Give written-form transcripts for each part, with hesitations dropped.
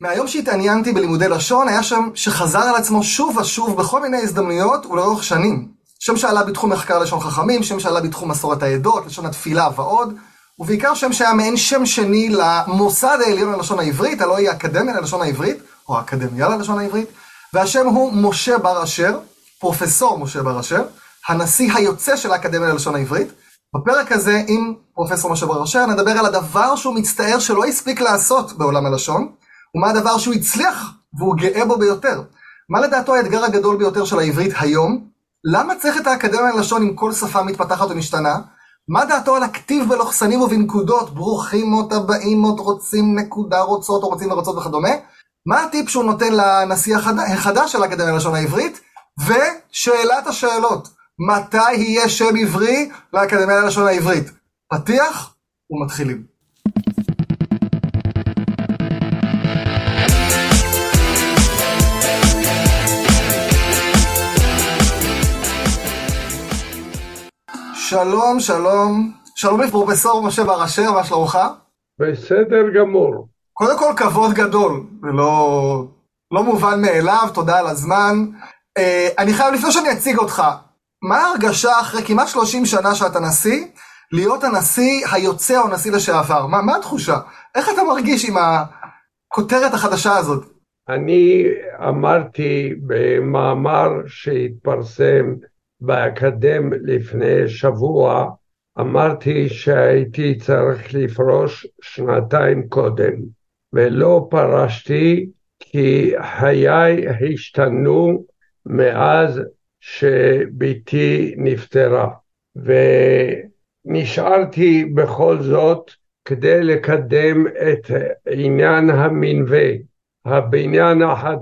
מהיום שהתעניינתי בלימודי לשון, היה שם שחזר על עצמו שוב ושוב בכל מיני הזדמנויות ולאורך שנים. שם שעלה בתחום מחקר לשון חכמים, שם שעלה בתחום מסורת העדות, לשון התפילה ועוד, ובעיקר שם שהיה מעין שם שני למוסד העליון ללשון העברית, הלוא היא האקדמיה ללשון העברית, או האקדמיה ללשון העברית, והשם הוא משה בר אשר, פרופסור משה בר אשר, הנשיא היוצא של האקדמיה ללשון העברית. בפרק הזה עם פרופסור משה בר אשר נדבר על הדבר שהוא מצטער שלא הספיק לעשות בעולם הלשון, ומה הדבר שהוא הצליח והוא גאה בו ביותר. מה לדעתו האתגר הגדול ביותר של העברית היום? למה צריך את האקדמיה ללשון עם כל שפה מתפתחת ומשתנה? מה דעתו על הכתיב בלוחסנים ובנקודות, ברוכים עוד הבאים עוד רוצים נקודה רוצות או רוצים ורוצות וכדומה? מה הטיפ שהוא נותן לנשיא החדש של האקדמיה ללשון העברית? ושאלת השאלות, מתי יהיה שם עברי לאקדמיה ללשון העברית? פתיח ומתחילים. שלום, שלום. שלום לפרופסור משה בר אשר, מה שלומך? בסדר גמור. קודם כל כבוד גדול, ולא מובן מאליו, תודה על הזמן. אני חייב לפני שאני אציג אותך, מה ההרגשה אחרי כמעט 30 שנה שאתה נשיא, להיות הנשיא היוצא או נשיא לשעבר? מה התחושה? איך אתה מרגיש עם הכותרת החדשה הזאת? אני אמרתי במאמר שהתפרסם באקדם לפני שבוע, אמרתי שהייתי צריך לפרוש 2 קודם, ולא פרשתי כי חיי השתנו מאז שביתי נפטרה, ונשארתי בכל זאת כדי לקדם את עניין המנווה, הבניין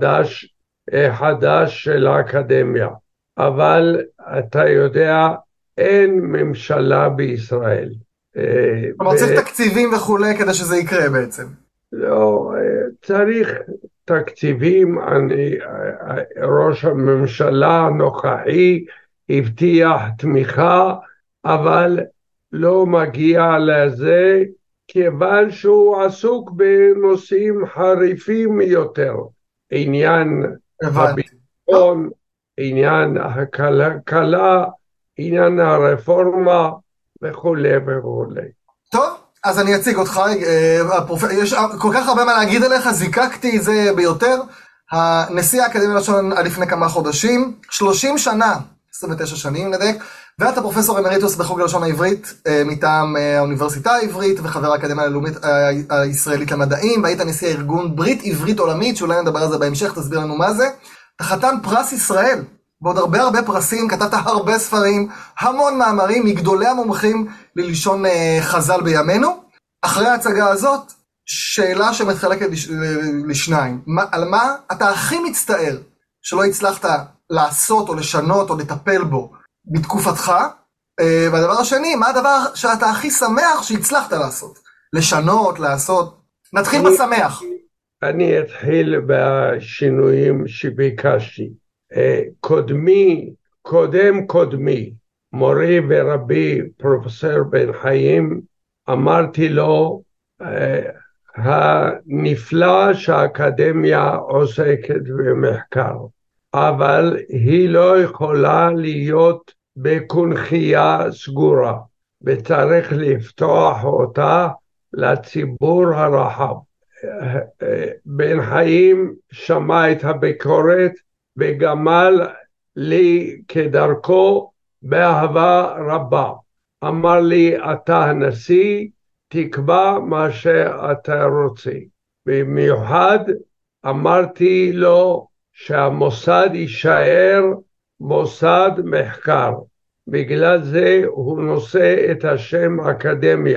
החדש של האקדמיה. אבל אתה יודע, אין ממשלה בישראל. כלומר צריך תקציבים וכולי כדי שזה יקרה בעצם. לא, צריך תקציבים. ראש הממשלה הנוכחי הבטיח תמיכה, אבל לא מגיע לזה, כיוון שהוא עסוק בנושאים חריפים יותר. עניין הביטחון, עניין הכלכלה, עניין הרפורמה וכולי וכולי. טוב, אז אני אציג אותך. יש כל כך הרבה מה להגיד עליך, זיקקתי זה ביותר. הנשיא האקדמיה ללשון לפני כמה חודשים, 30 שנה, 29 שנים נדק, ואתה פרופסור אמריטוס בחוג ללשון העברית מטעם האוניברסיטה העברית וחבר האקדמיה הלאומית הישראלית למדעים, והיית נשיא הארגון ברית עברית עולמית, שאולי נדבר על זה בהמשך, תסביר לנו מה זה. אתה חתן פרס ישראל, ועוד הרבה פרסים, כתבת הרבה ספרים, המון מאמרים, מגדולי המומחים ללשון חז"ל בימינו. אחרי ההצגה הזאת, שאלה שמתחלקת לשניים. על מה אתה הכי מצטער שלא הצלחת לעשות או לשנות או לטפל בו בתקופתך? והדבר השני, מה הדבר שאתה הכי שמח שהצלחת לעשות? לשנות, לעשות? נתחיל בשמח. אני אתחיל בשינויים שביקשתי. קודמי, מורי ורבי פרופסור בן חיים, אמרתי לו, הנפלא שהאקדמיה עוסקת במחקר, אבל היא לא יכולה להיות בקונכייה סגורה, וצריך לפתוח אותה לציבור הרחב. בן חיים שמע את הביקורת וגמל לי כדרכו באהבה רבה. אמר לי, אתה הנשיא, תקבע מה שאתה רוצה. במיוחד אמרתי לו שהמוסד יישאר מוסד מחקר. בגלל זה הוא נושא את השם אקדמיה.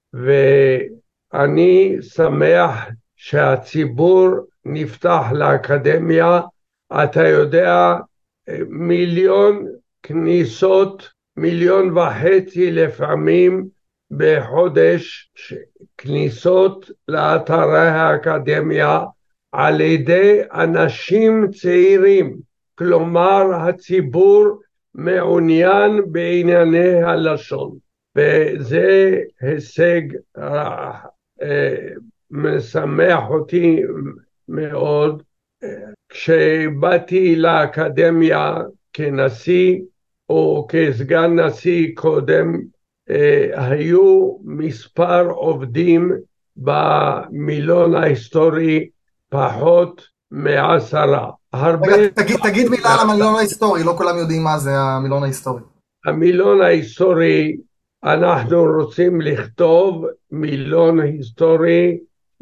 ואני שמח שהציבור נפתח לאקדמיה. אתה יודע, 1,000,000 כניסות, 1,500,000 לפעמים בחודש, כניסות לאתרי האקדמיה על ידי אנשים צעירים. כלומר, הציבור מעוניין בענייני הלשון. וזה הישג משמח אותי מאוד. כשבאתי לאקדמיה כנשיא או כסגן נשיא קודם, היו מספר עובדים במילון ההיסטורי פחות מ10. רגע, תגיד מילה על המילון ההיסטורי, לא כולם יודעים מה זה המילון ההיסטורי. המילון ההיסטורי, אנחנו רוצים לכתוב מילון היסטורי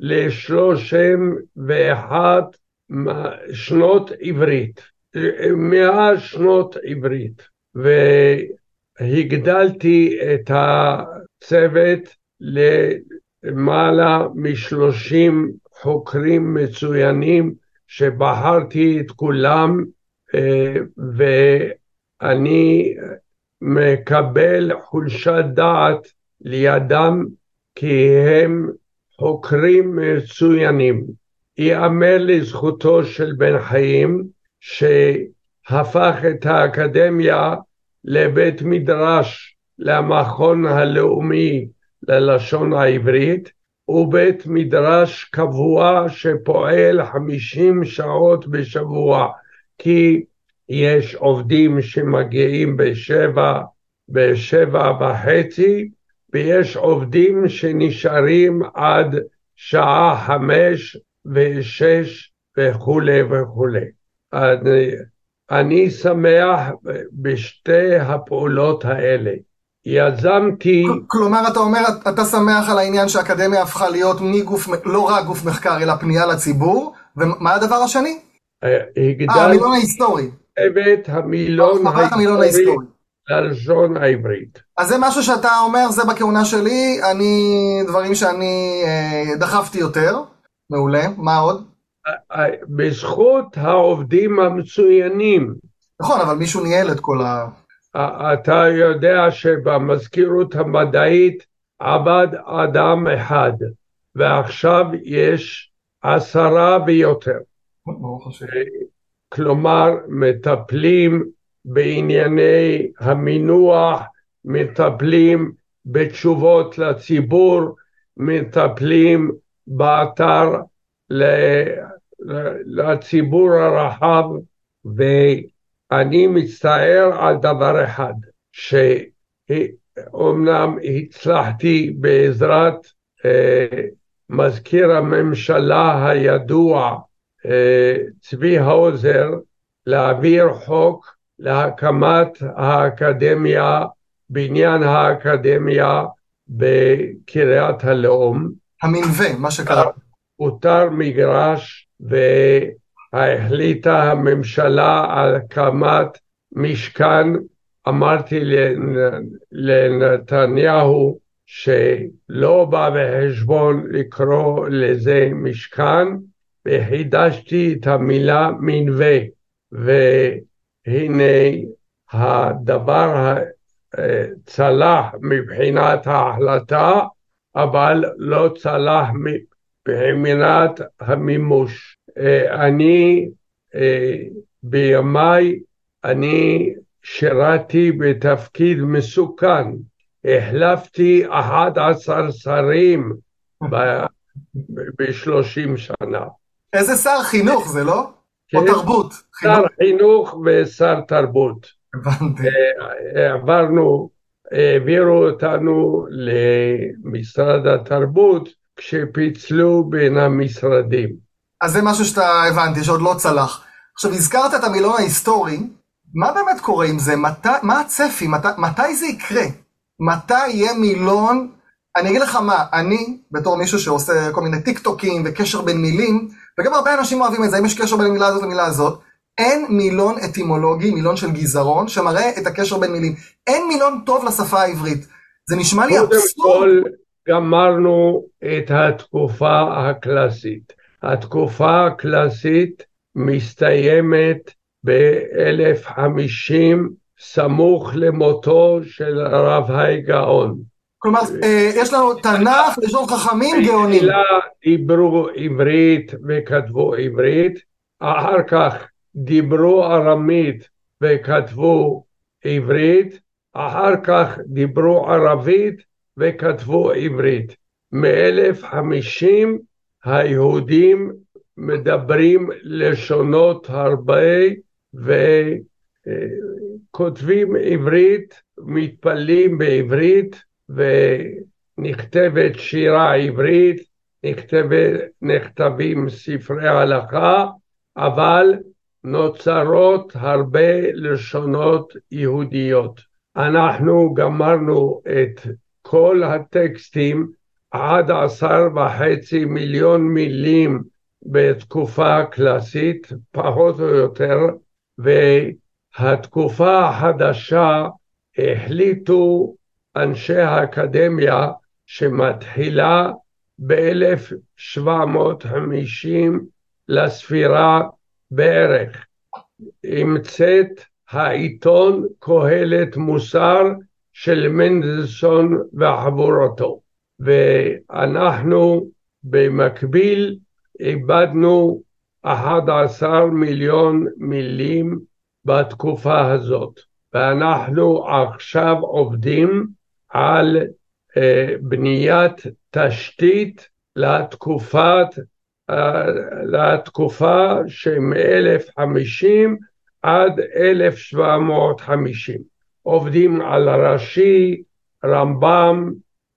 ל31 שנות עברית, 100 שנות עברית, והגדלתי את הצוות למעלה מ30 חוקרים מצוינים שבחרתי את כולם, ואני מקבל חולשת דעת לידם כי הם חוקרים מצוינים. ייאמר לזכותו של בן חיים שהפך את האקדמיה לבית מדרש למכון הלאומי ללשון העברית, ובית מדרש קבוע שפועל 50 שעות בשבוע, כי יש עובדים שמגיעים ב7:30, ויש עובדים שנשארים עד שעה 5 ו6 וכו' וכו'. אני שמח בשתי הפעולות האלה. יזמתי... כלומר, אתה אומר, אתה שמח על העניין שהאקדמיה הפכה להיות מגוף, לא רק גוף מחקר, אלא פנייה לציבור, ומה הדבר השני? המילון ההיסטורי. המילון ההיסטורי ללשון העברית. אז זה משהו שאתה אומר, זה בכהונה שלי, דברים שאני דחפתי יותר. מעולה, מה עוד? בזכות העובדים המצוינים. נכון, אבל מישהו ניהל את כל אתה יודע שבמזכירות המדעית עבד אדם אחד, ועכשיו יש 10 ויותר. כלומר, מטפלים בענייני המינוח, מטפלים בתשובות לציבור, מטפלים באתר לציבור הרחב, ואני מצטער על דבר אחד, שאומנם הצלחתי בעזרת מזכיר הממשלה הידוע צבי האוזר להעביר חוק להקמת האקדמיה, בניין האקדמיה בקריית הלאום. המנווה, מה שקרה. הותר מגרש, והחליטה הממשלה על הקמת משכן. אמרתי לנתניהו שלא בא בחשבון לקרוא לזה משכן, וחידשתי את המילה מנווה, והנה הדבר צלח מבחינת ההחלטה, אבל לא צלח מבחינת המימוש. בימיי אני שירתי בתפקיד מסוכן, החלפתי 11 שרים ב30 שנה. איזה שר חינוך זה, לא? כן, או תרבות? שר חינוך ושר תרבות. הבנתי. העבירו אותנו למשרד התרבות כשפיצלו בין המשרדים. אז זה משהו שאתה הבנתי, שעוד לא צלח. עכשיו, הזכרת את המילון ההיסטורי, מה באמת קורה עם זה? מה הצפי? מתי זה יקרה? מתי יהיה מילון? אני אגיד לך מה, אני, בתור מישהו שעושה כל מיני טיקטוקים וקשר בין מילים, וגם הרבה אנשים אוהבים את זה, אם יש קשר בין המילה הזאת למילה הזאת, אין מילון אטימולוגי, מילון של גזרון, שמראה את הקשר בין מילים. אין מילון טוב לשפה העברית. זה נשמע לי אבסורד. קודם כל, גמרנו את התקופה הקלאסית. התקופה הקלאסית מסתיימת ב-1050, סמוך למותו של הרב האי גאון. כלומר, יש לנו תנ"ך, לשון חכמים, גאונים. דיברו עברית וכתבו עברית, אחר כך דיברו ארמית וכתבו עברית, אחר כך דיברו ערבית וכתבו עברית. מ-1050 היהודים מדברים לשונות הרבה וכותבים עברית, מתפללים בעברית ונכתבת שירה עברית, נכתבים ספרי הלכה, אבל נוצרות הרבה לשונות יהודיות. אנחנו גמרנו את כל הטקסטים עד 10.5 מיליון מילים בתקופה הקלאסית, פחות או יותר, והתקופה החדשה החליטו אנשי האקדמיה שמתחילה ב-1750 לספירה בערך. המצאת העיתון קהלת מוסר של מנדלסון וחבורתו, ואנחנו במקביל איבדנו 11 מיליון מילים בתקופה הזאת, ואנחנו עכשיו עובדים על בניית תשתית לתקופה שמ-1050 עד 1750. עובדים על רש"י, רמב"ם,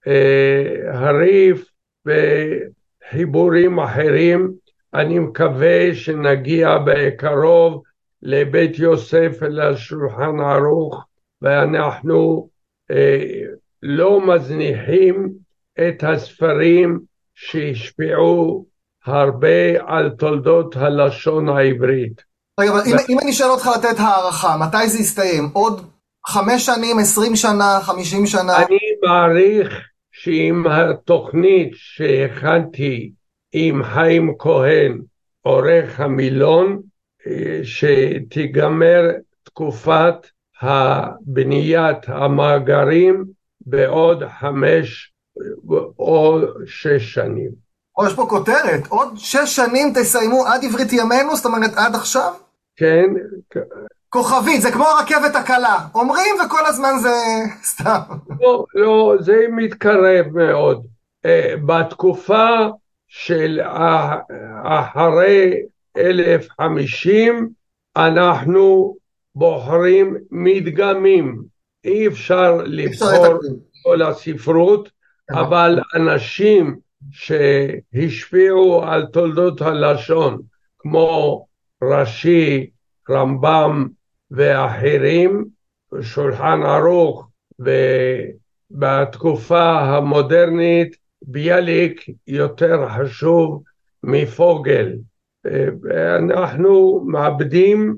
הריף וחיבורים אחרים. אני מקווה שנגיע בקרוב לבית יוסף לשולחן ערוך, ואנחנו לא מזניחים את הספרים שהשפיעו הרבה על תולדות הלשון העברית. רגע, אבל אם אני שואל אותך לתת הערכה, מתי זה יסתיים? עוד 5 שנים, 20 שנה, 50 שנה? אני מעריך שעם התוכנית שהכנתי עם חיים כהן, עורך המילון, שתיגמר תקופת הבניית המאגרים בעוד 5 או 6 שנים. יש פה כותרת, עוד 6 שנים תסיימו עד עברית ימינו, זאת אומרת עד עכשיו? כן. כוכבית, זה כמו הרכבת הקלה, אומרים וכל הזמן זה סתם. לא, זה מתקרב מאוד. בתקופה של אחרי 1050 אנחנו בוחרים מדגמים. אי אפשר לבחור כל הספרות, אבל אנשים שהשפיעו על תולדות הלשון, כמו רש"י, רמב"ם ואחרים, שולחן ערוך, ובתקופה המודרנית ביאליק יותר חשוב מפוגל. אנחנו מאבדים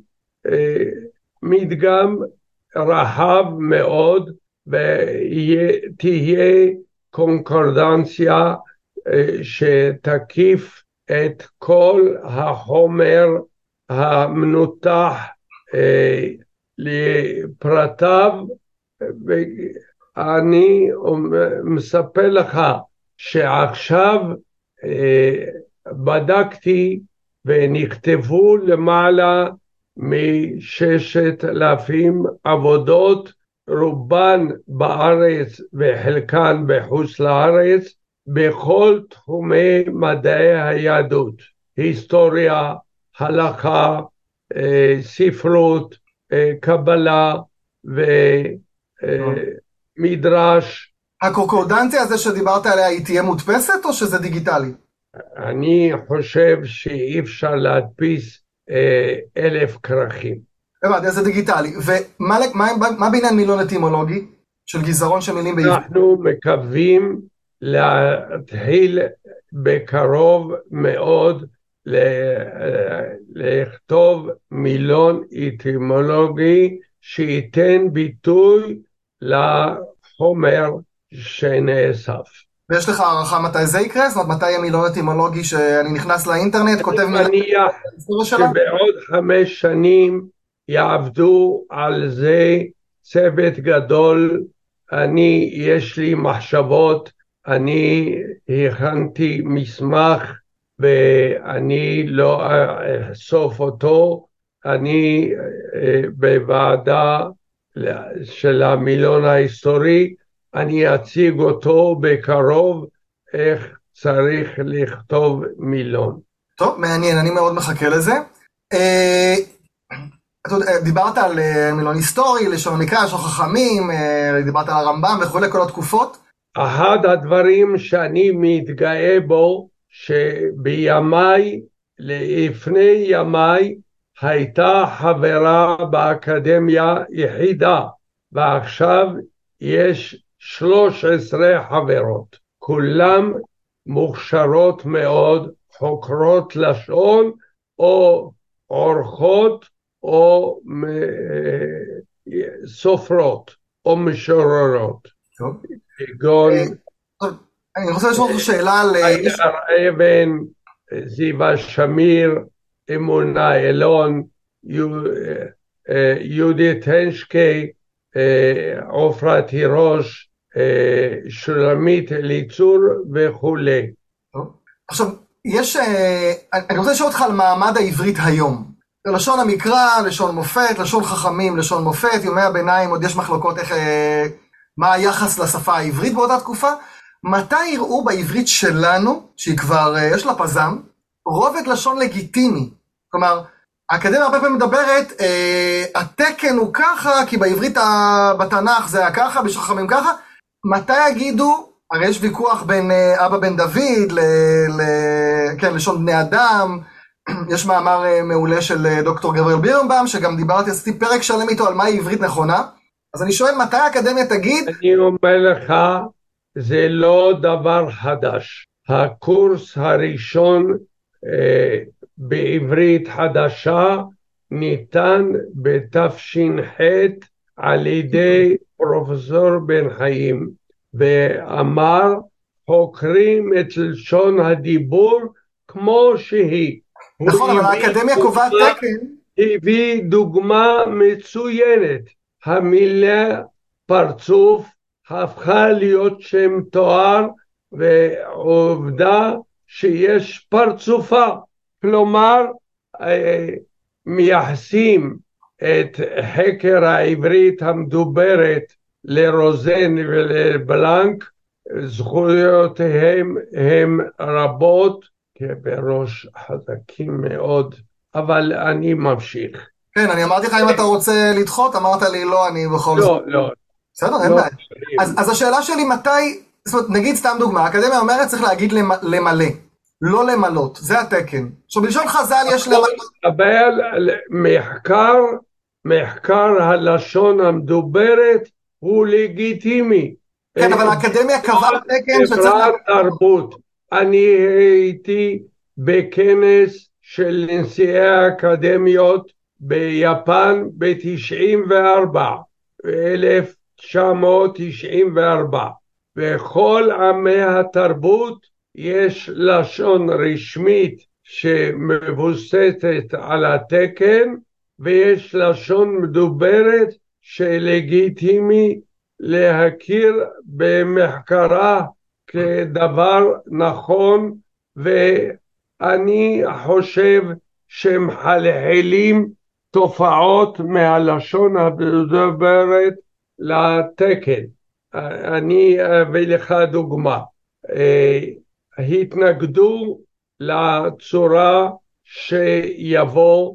מדגם רחב מאוד, ותהיה קונקורדנציה שתקיף את כל החומר המנותח לפרטיו. ואני מספר לך שעכשיו בדקתי ונכתבו למעלה מ6,000 עבודות, רובן בארץ וחלקן בחוץ לארץ, בכל תחומי מדעי היהדות, היסטוריה, הלכה, ספרות, קבלה ומדרש. הקונקורדנציה הזה שדיברת עליה היא תהיה מודפסת או שזה דיגיטלי? אני חושב שאי אפשר להדפיס 1,000 כרכים. הבנתי, אז זה דיגיטלי. ומה בעניין מילון אטימולוגי של גזרון של מילים בעברית? אנחנו מקווים להתחיל בקרוב מאוד לכתוב מילון אטימולוגי שייתן ביטוי לחומר שנאסף. ויש לך הערכה מתי זה יקרה? זאת אומרת, מתי יהיה מילון אטימולוגי שאני נכנס לאינטרנט, כותב מילה? אני מניח שבעוד 5 שנים יעבדו על זה צוות גדול. יש לי מחשבות, אני הכנתי מסמך ואני לא אסוף אותו. אני בוועדה של המילון ההיסטורי, אני אציג אותו בקרוב איך צריך לכתוב מילון. טוב, מעניין, אני מאוד מחכה לזה. דיברת על מילון היסטורי, לשון המקרא, לשון חכמים, דיברת על הרמב"ם וכו', כל התקופות. אחד הדברים שאני מתגאה בו, שבימיי, לפני ימיי, הייתה חברה באקדמיה יחידה, ועכשיו יש 13 חברות. כולם מוכשרות מאוד, חוקרות לשון, או עורכות, או סופרות, או משוררות. טוב. כגון אני רוצה לשאול אותך שאלה על... אבן, זיווה שמיר, אמונה אלון, יהודית הנשקי, עופרה תירוש, שולמית אליצור וכולי. עכשיו, אני רוצה לשאול אותך על מעמד העברית היום. לשון המקרא, לשון מופת, לשון חכמים, לשון מופת, ימי הביניים, עוד יש מחלוקות מה היחס לשפה העברית באותה תקופה. מתי יראו בעברית שלנו, שהיא כבר, יש לה פזם, רובד לשון לגיטימי? כלומר, האקדמיה הרבה פעמים מדברת, התקן הוא ככה, כי בעברית בתנ"ך זה היה ככה, בשביל חכמים ככה. מתי יגידו, הרי יש ויכוח בין אבא בן דוד, כן, לשון בני אדם, יש מאמר מעולה של דוקטור גבריאל בירנבאום, שגם עשיתי פרק שלם איתו על מהי עברית נכונה. אז אני שואל, מתי האקדמיה תגיד? אני אומר לך, זה לא דבר חדש. הקורס הראשון בעברית חדשה ניתן בתש"ח על ידי פרופסור בן חיים, ואמר, חוקרים את לשון הדיבור כמו שהיא. נכון, אבל האקדמיה קובעת תקן. הביא דוגמה מצוינת. המילה פרצוף הפכה להיות שם תואר, ועובדה שיש פרצופה. כלומר, מייחסים את חקר העברית המדוברת לרוזן ולבלנק, זכויותיהם הם רבות, כבראש חזקים מאוד, אבל אני ממשיך. כן, אני אמרתי לך אם אתה רוצה לדחות, אמרת לי לא, אני בכל זאת. לא. בסדר, אין בעיה. אז השאלה שלי מתי, זאת אומרת, נגיד סתם דוגמה, האקדמיה אומרת צריך להגיד למלא, לא למלות, זה התקן. עכשיו בלשון חז"ל יש למלות. אבל מחקר הלשון המדוברת הוא לגיטימי. כן, אבל האקדמיה קבעה תקן שצריך... תרבות. אני הייתי בכנס של נשיאי האקדמיות ביפן ב-1994, וכל עמי התרבות יש לשון רשמית שמבוססת על התקן, ויש לשון מדוברת שלגיטימי להכיר במחקרה כדבר נכון, ואני חושב שמחלחלים תופעות מהלשון המדוברת לתקן. אני אביא לך דוגמה. התנגדו לצורה שיבוא,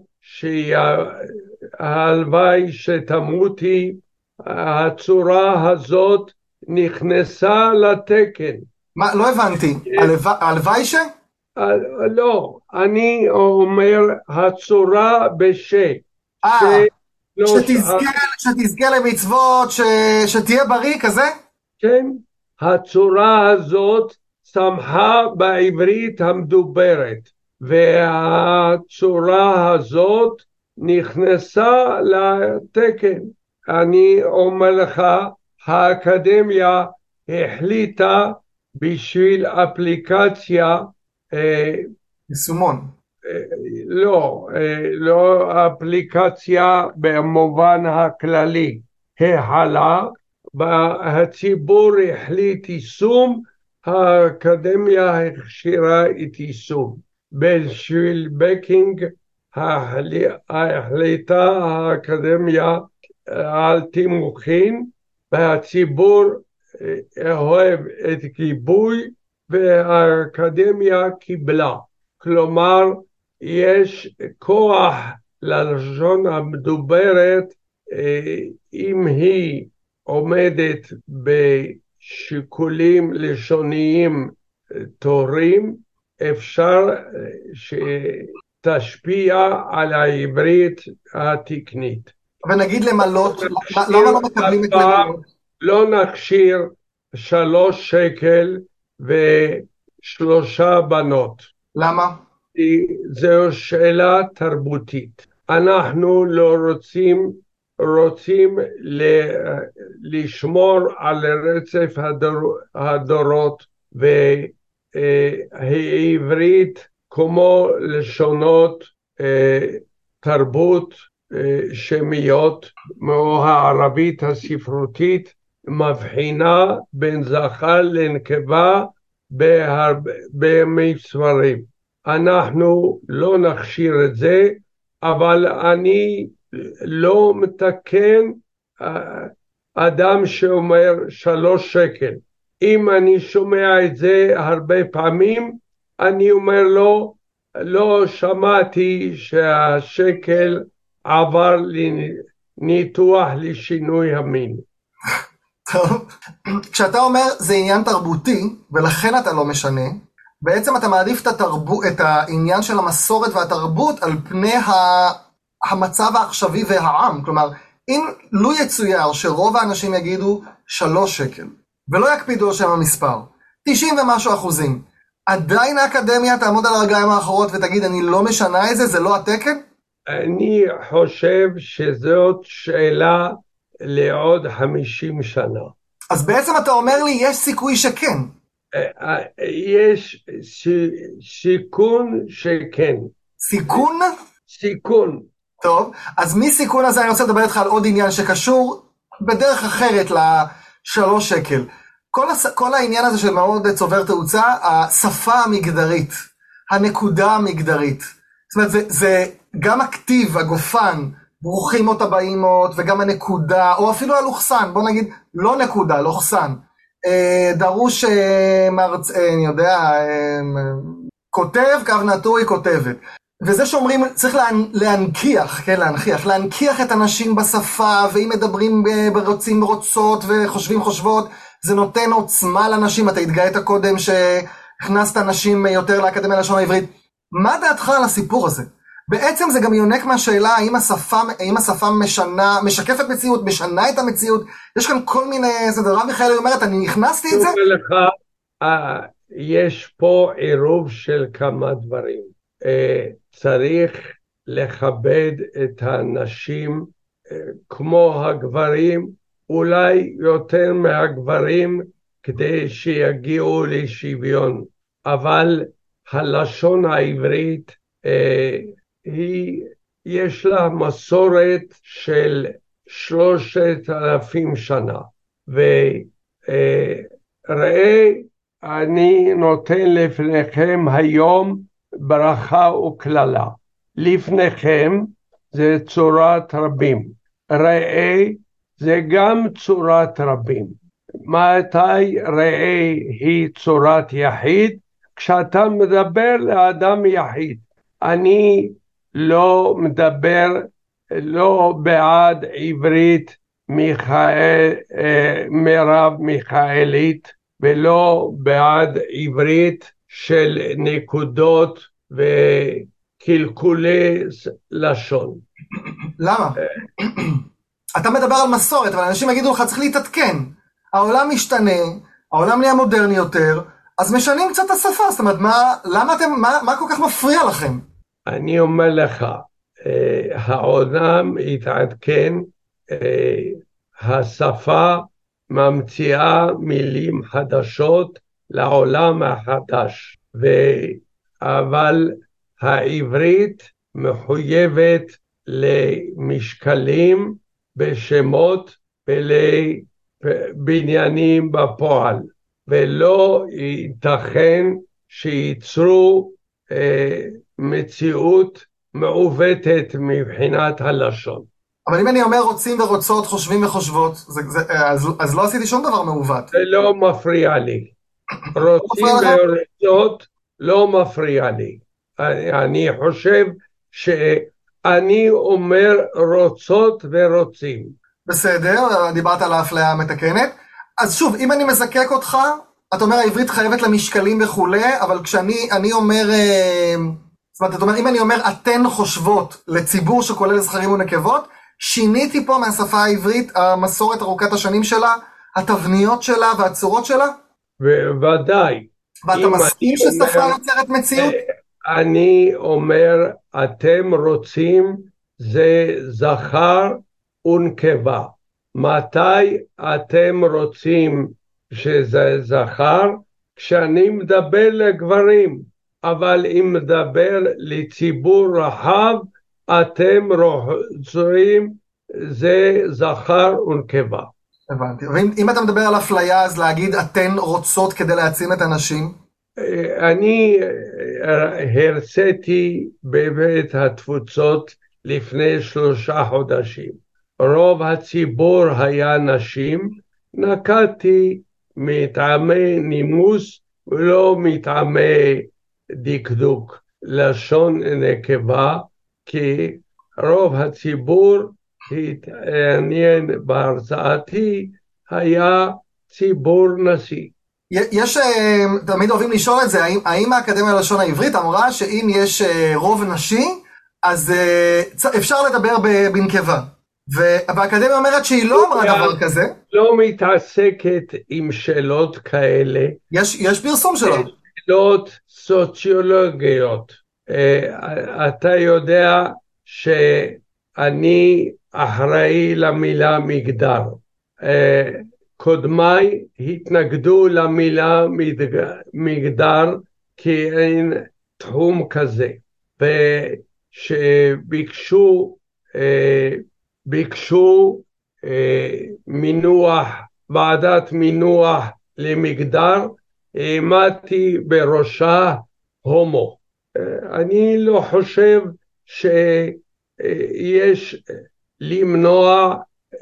שהלוואי שתמותי, הצורה הזאת נכנסה לתקן. מה? לא הבנתי. הלוואי ש? לא, אני אומר הצורה שתזכה למצוות, שתהיה בריא כזה? כן, הצורה הזאת צמחה בעברית המדוברת, והצורה הזאת נכנסה לתקן. אני אומר לך, האקדמיה החליטה בשביל אפליקציה, יישומון. לא אפליקציה במובן הכללי, החלה, והציבור החליט יישום, האקדמיה הכשירה את יישום. בשביל בקינג החליטה האקדמיה על תימוכין, והציבור אוהב את גיבוי, והאקדמיה קיבלה. כלומר, יש כוח ללשון המדוברת, אם היא עומדת בשיקולים לשוניים תורים, אפשר שתשפיע על העברית התקנית. ונגיד למלות, למה לא מקבלים את למלות? לא נכשיר 3 שקל ו3 בנות. למה? זו שאלה תרבותית. אנחנו לא רוצים לשמור על רצף הדורות, והעברית כמו לשונות תרבות שמיות, כמו הערבית הספרותית, מבחינה בין זכר לנקבה במספרים. אנחנו לא נכשיר את זה, אבל אני לא מתקן אדם שאומר 3 שקל. אם אני שומע את זה הרבה פעמים, אני אומר לו, לא שמעתי שהשקל עבר לניתוח לשינוי המין. טוב, כשאתה אומר זה עניין תרבותי, ולכן אתה לא משנה, בעצם אתה מעדיף את העניין של המסורת והתרבות על פני המצב העכשווי והעם. כלומר, אם לא יצויר שרוב האנשים יגידו 3 שקל, ולא יקפידו שם המספר, 90 ומשהו אחוזים, עדיין האקדמיה תעמוד על הרגליים האחרות ותגיד אני לא משנה את זה, זה לא התקן? אני חושב שזאת שאלה לעוד 50 שנה. אז בעצם אתה אומר לי יש סיכוי שכן. יש סיכון שכן. סיכון? סיכון. טוב, אז מסיכון הזה אני רוצה לדבר איתך על עוד עניין שקשור בדרך אחרת ל3 שקל. כל העניין הזה שמאוד צובר תאוצה, השפה המגדרית, הנקודה המגדרית. זאת אומרת, זה גם הכתיב, הגופן, ברוכים אותה באימות, וגם הנקודה, או אפילו הלוחסן, בוא נגיד, לא נקודה, לוחסן. דרוש אני יודע, כותב, קו נטוי, כותבת. וזה שאומרים, צריך להנכיח, כן, להנכיח את אנשים בשפה, ואם מדברים רוצות וחושבים חושבות, זה נותן עוצמה לאנשים. אתה התגאית קודם שהכנסת אנשים יותר לאקדמיה ללשון העברית. מה דעתך על הסיפור הזה? בעצם זה גם יונק מהשאלה האם השפה משקפת מציאות, משנה את המציאות. יש כאן כל מיני, רב מיכאלי אומרת, אני נכנסתי את זה? יש פה עירוב של כמה דברים. צריך לכבד את האנשים כמו הגברים, אולי יותר מהגברים, כדי שיגיעו לשוויון. אבל הלשון העברית יש לה מסורת של 3,000 שנה. וראה, אני נותן לפניכם היום ברכה וכללה. לפניכם זה צורת רבים. ראה זה גם צורת רבים. מתי ראה היא צורת יחיד? כשאתה מדבר לאדם יחיד. אני לא מדבר לא בעד עברית מרב מיכאלית, ולא בעד עברית של נקודות וקלקולי לשון. למה? אתה מדבר על מסורת, אבל אנשים יגידו לך צריך להתעדכן. העולם משתנה, העולם נהיה מודרני יותר, אז משנים קצת את השפה. זאת אומרת, מה כל כך מפריע לכם? אני אומר לך, העולם התעדכן, השפה ממציאה מילים חדשות לעולם החדש, אבל העברית מחויבת למשקלים בשמות ולבניינים בפועל, ולא ייתכן שייצרו מציאות מעוותת מבחינת הלשון. אבל אם אני אומר רוצים ורוצות, חושבים וחושבות, אז לא עשיתי שום דבר מעוות. זה לא מפריע לי. רוצים ורוצות לא מפריע לי. אני חושב שאני אומר רוצות ורוצים. בסדר, דיברת על האפליה המתקנת. אז שוב, אם אני מזקק אותך, אתה אומר העברית חייבת למשקלים וכולי, אבל כשאני אומר, זאת אומרת, אתה אומר, אם אני אומר אתן חושבות לציבור שכולל זכרים ונקבות, שיניתי פה מהשפה העברית, המסורת ארוכת השנים שלה, התבניות שלה והצורות שלה? ודאי. ואתה מסכים ששפה יוצרת מציאות? אני אומר, אתם רוצים, זה זכר ונקבה. מתי אתם רוצים שזה זכר? כשאני מדבר לגברים, אבל אם מדבר לציבור רחב, אתם רוצים, זה זכר ונקבה. הבנתי. ואם אתה מדבר על אפליה, אז להגיד אתן רוצות כדי להעצים את הנשים? אני הרציתי בבית התפוצות לפני 3 חודשים. רוב הציבור היה נשים, נקטתי מטעמי נימוס ולא מטעמי דקדוק לשון נקבה, כי רוב הציבור התעניין בהרצאתי היה ציבור נשי. יש, תמיד אוהבים לשאול את זה, האם האקדמיה ללשון העברית אמרה שאם יש רוב נשי, אז אפשר לדבר בנקבה. והאקדמיה אומרת שהיא לא אמרה דבר כזה. לא מתעסקת עם שאלות כאלה. יש פרסום שלו. שאלות סוציולוגיות. אתה יודע שאני אחראי למילה מגדר. קודמיי התנגדו למילה מגדר כי אין תחום כזה, ושביקשו מינוח, ועדת מינוח למגדר, העמדתי בראשה הומו. אני לא חושב שיש למנוע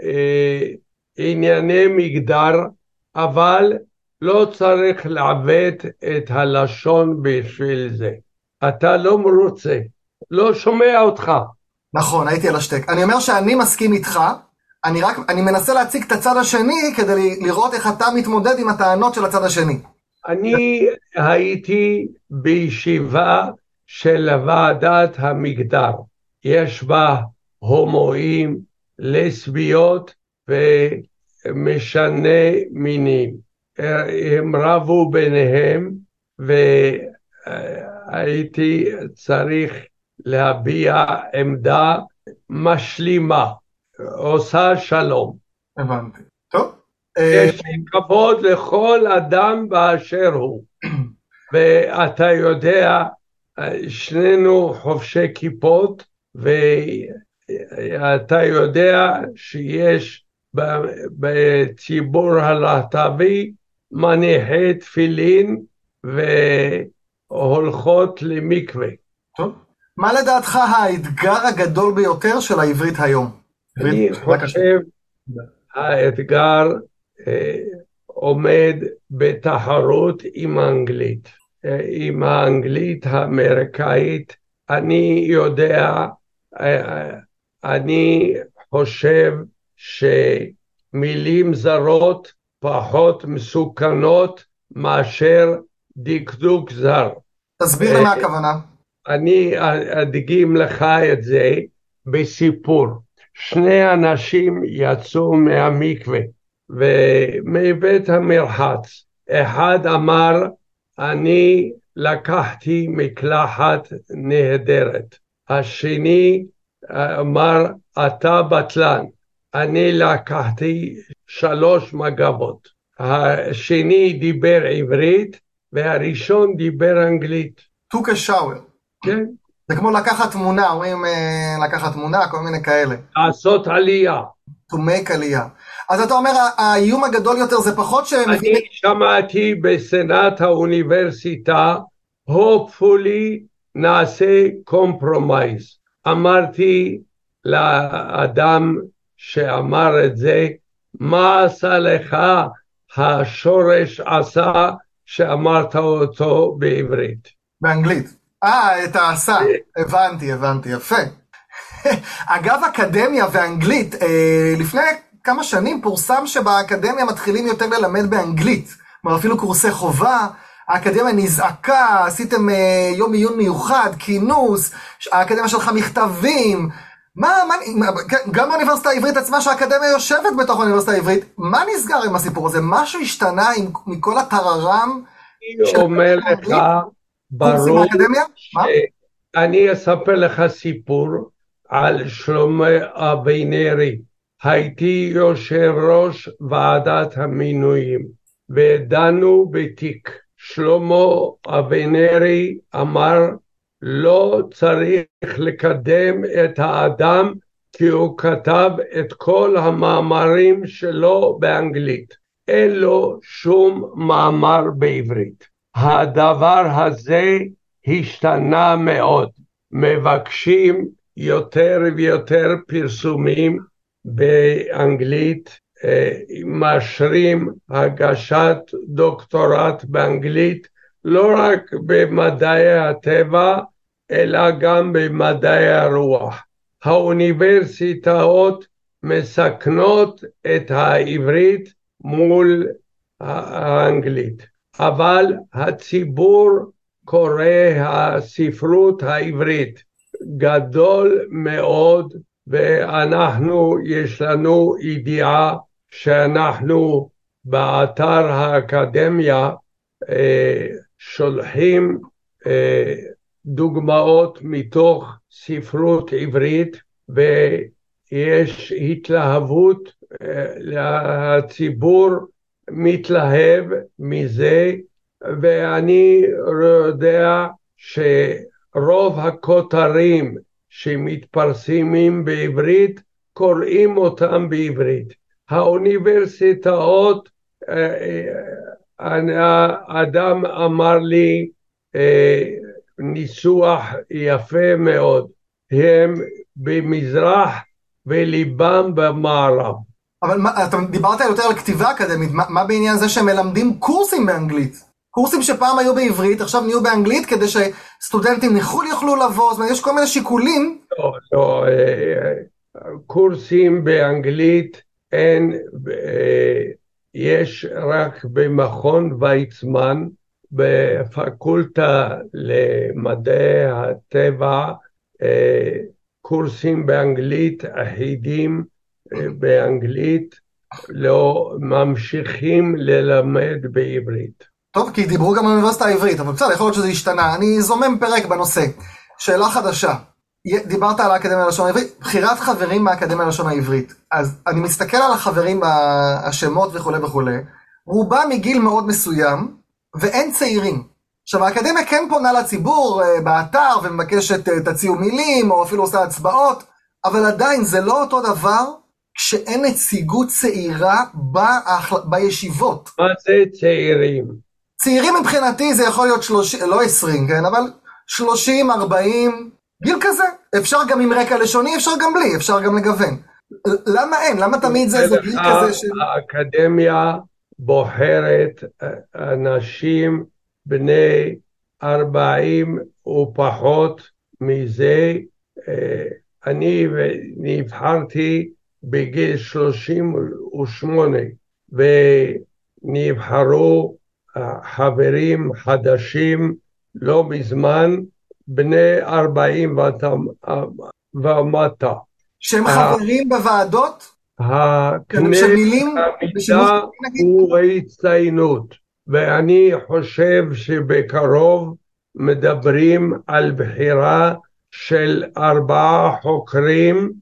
ענייני מגדר, אבל לא צריך לעוות את הלשון בשביל זה. אתה לא מרוצה, לא שומע אותך. נכון, הייתי על השתק. אני אומר שאני מסכים איתך, אני מנסה להציג את הצד השני כדי לראות איך אתה מתמודד עם הטענות של הצד השני. אני הייתי בישיבה של ועדת המגדר. יש בה הומואים, לסביות ומשני מינים. הם רבו ביניהם והייתי צריך להביע עמדה משלימה, עושה שלום. הבנתי. טוב. יש לי כבוד לכל אדם באשר הוא. ואתה יודע, שנינו חובשי כיפות, ואתה יודע שיש בציבור הלהט"בי מניחי תפילין והולכות למקווה. טוב. מה לדעתך האתגר הגדול ביותר של העברית היום? אני חושב האתגר עומד בתחרות עם האנגלית. עם האנגלית האמריקאית, אני יודע, אני חושב שמילים זרות פחות מסוכנות מאשר דקדוק זר. תסביר למה הכוונה. אני אדגים לך את זה בסיפור. 2 אנשים יצאו מהמקווה ומבית המרחץ. אחד אמר, אני לקחתי מקלחת נהדרת. השני אמר, אתה בטלן. אני לקחתי 3 מגבות. השני דיבר עברית והראשון דיבר אנגלית. took a shower. כן. זה כמו לקחת תמונה, אומרים לקחת תמונה, כל מיני כאלה. לעשות עלייה. to make עלייה. אז אתה אומר, האיום הגדול יותר זה פחות אני שמעתי בסנאט האוניברסיטה, hopefully נעשה compromise. אמרתי לאדם שאמר את זה, מה עשה לך השורש עשה שאמרת אותו בעברית? באנגלית. את העשה. הבנתי, יפה. אגב, אקדמיה ואנגלית, לפני כמה שנים פורסם שבאקדמיה מתחילים יותר ללמד באנגלית. כלומר, אפילו קורסי חובה, האקדמיה נזעקה, עשיתם יום עיון מיוחד, כינוס, האקדמיה שלך מכתבים. גם באוניברסיטה העברית עצמה, שהאקדמיה יושבת בתוך האוניברסיטה העברית, מה נסגר עם הסיפור הזה? משהו השתנה מכל הטררם? אני אומר לך, ברור, אני אספר לך סיפור על שלמה אבינרי. הייתי יושב ראש ועדת המינויים, ודנו בתיק. שלמה אבינרי אמר, לא צריך לקדם את האדם, כי הוא כתב את כל המאמרים שלו באנגלית. אין לו שום מאמר בעברית. הדבר הזה השתנה מאוד. מבקשים יותר ויותר פרסומים באנגלית, מאשרים הגשת דוקטורט באנגלית, לא רק במדעי הטבע, אלא גם במדעי הרוח. האוניברסיטאות מסכנות את העברית מול האנגלית, אבל הציבור קורא הספרות העברית גדול מאוד, ואנחנו, יש לנו ידיעה שאנחנו באתר האקדמיה שולחים דוגמאות מתוך ספרות עברית, ויש התלהבות, הציבור מתלהב מזה, ואני יודע שרוב הכותרים שמתפרסמים בעברית קוראים אותם בעברית. האוניברסיטאות, אדם אמר לי ניסוח יפה מאוד, הם במזרח וליבם במערב. אבל אתה דיברת יותר על כתיבה אקדמית, מה בעניין זה שמלמדים קורסים באנגלית? קורסים שפעם היו בעברית, עכשיו נהיו באנגלית, כדי שסטודנטים מחו"ל יוכלו לבוא, זאת אומרת, יש כל מיני שיקולים. לא, קורסים באנגלית אין, יש רק במכון ויצמן, בפקולטה למדעי הטבע, קורסים באנגלית אחידים באנגלית, לא ממשיכים ללמד בעברית. טוב, כי דיברו גם באוניברסיטה העברית, אבל בסדר, יכול להיות שזה השתנה. אני זומם פרק בנושא. שאלה חדשה. דיברת על האקדמיה ללשון העברית, בחירת חברים מהאקדמיה ללשון העברית. אז אני מסתכל על החברים, השמות וכו' וכו', רובם מגיל מאוד מסוים, ואין צעירים. עכשיו, האקדמיה כן פונה לציבור באתר, ומבקשת תציעו מילים, או אפילו עושה הצבעות, אבל עדיין זה לא אותו דבר, כשאין נציגות צעירה בישיבות. מה זה צעירים? צעירים מבחינתי זה יכול להיות 30, לא 20, כן? אבל 30, 40, גיל כזה. אפשר גם עם רקע לשוני, אפשר גם בלי, אפשר גם לגוון. למה אין? למה תמיד זה גיל כזה של... האקדמיה בוחרת אנשים בני 40 ופחות מזה. אני נבחרתי בגיל 38, ונבחרו חברים חדשים לא מזמן, בני 40 ומטה. שהם חברים בוועדות? הקנה המידה הוא ההצטיינות, ואני חושב שבקרוב מדברים על בחירה של 4 חוקרים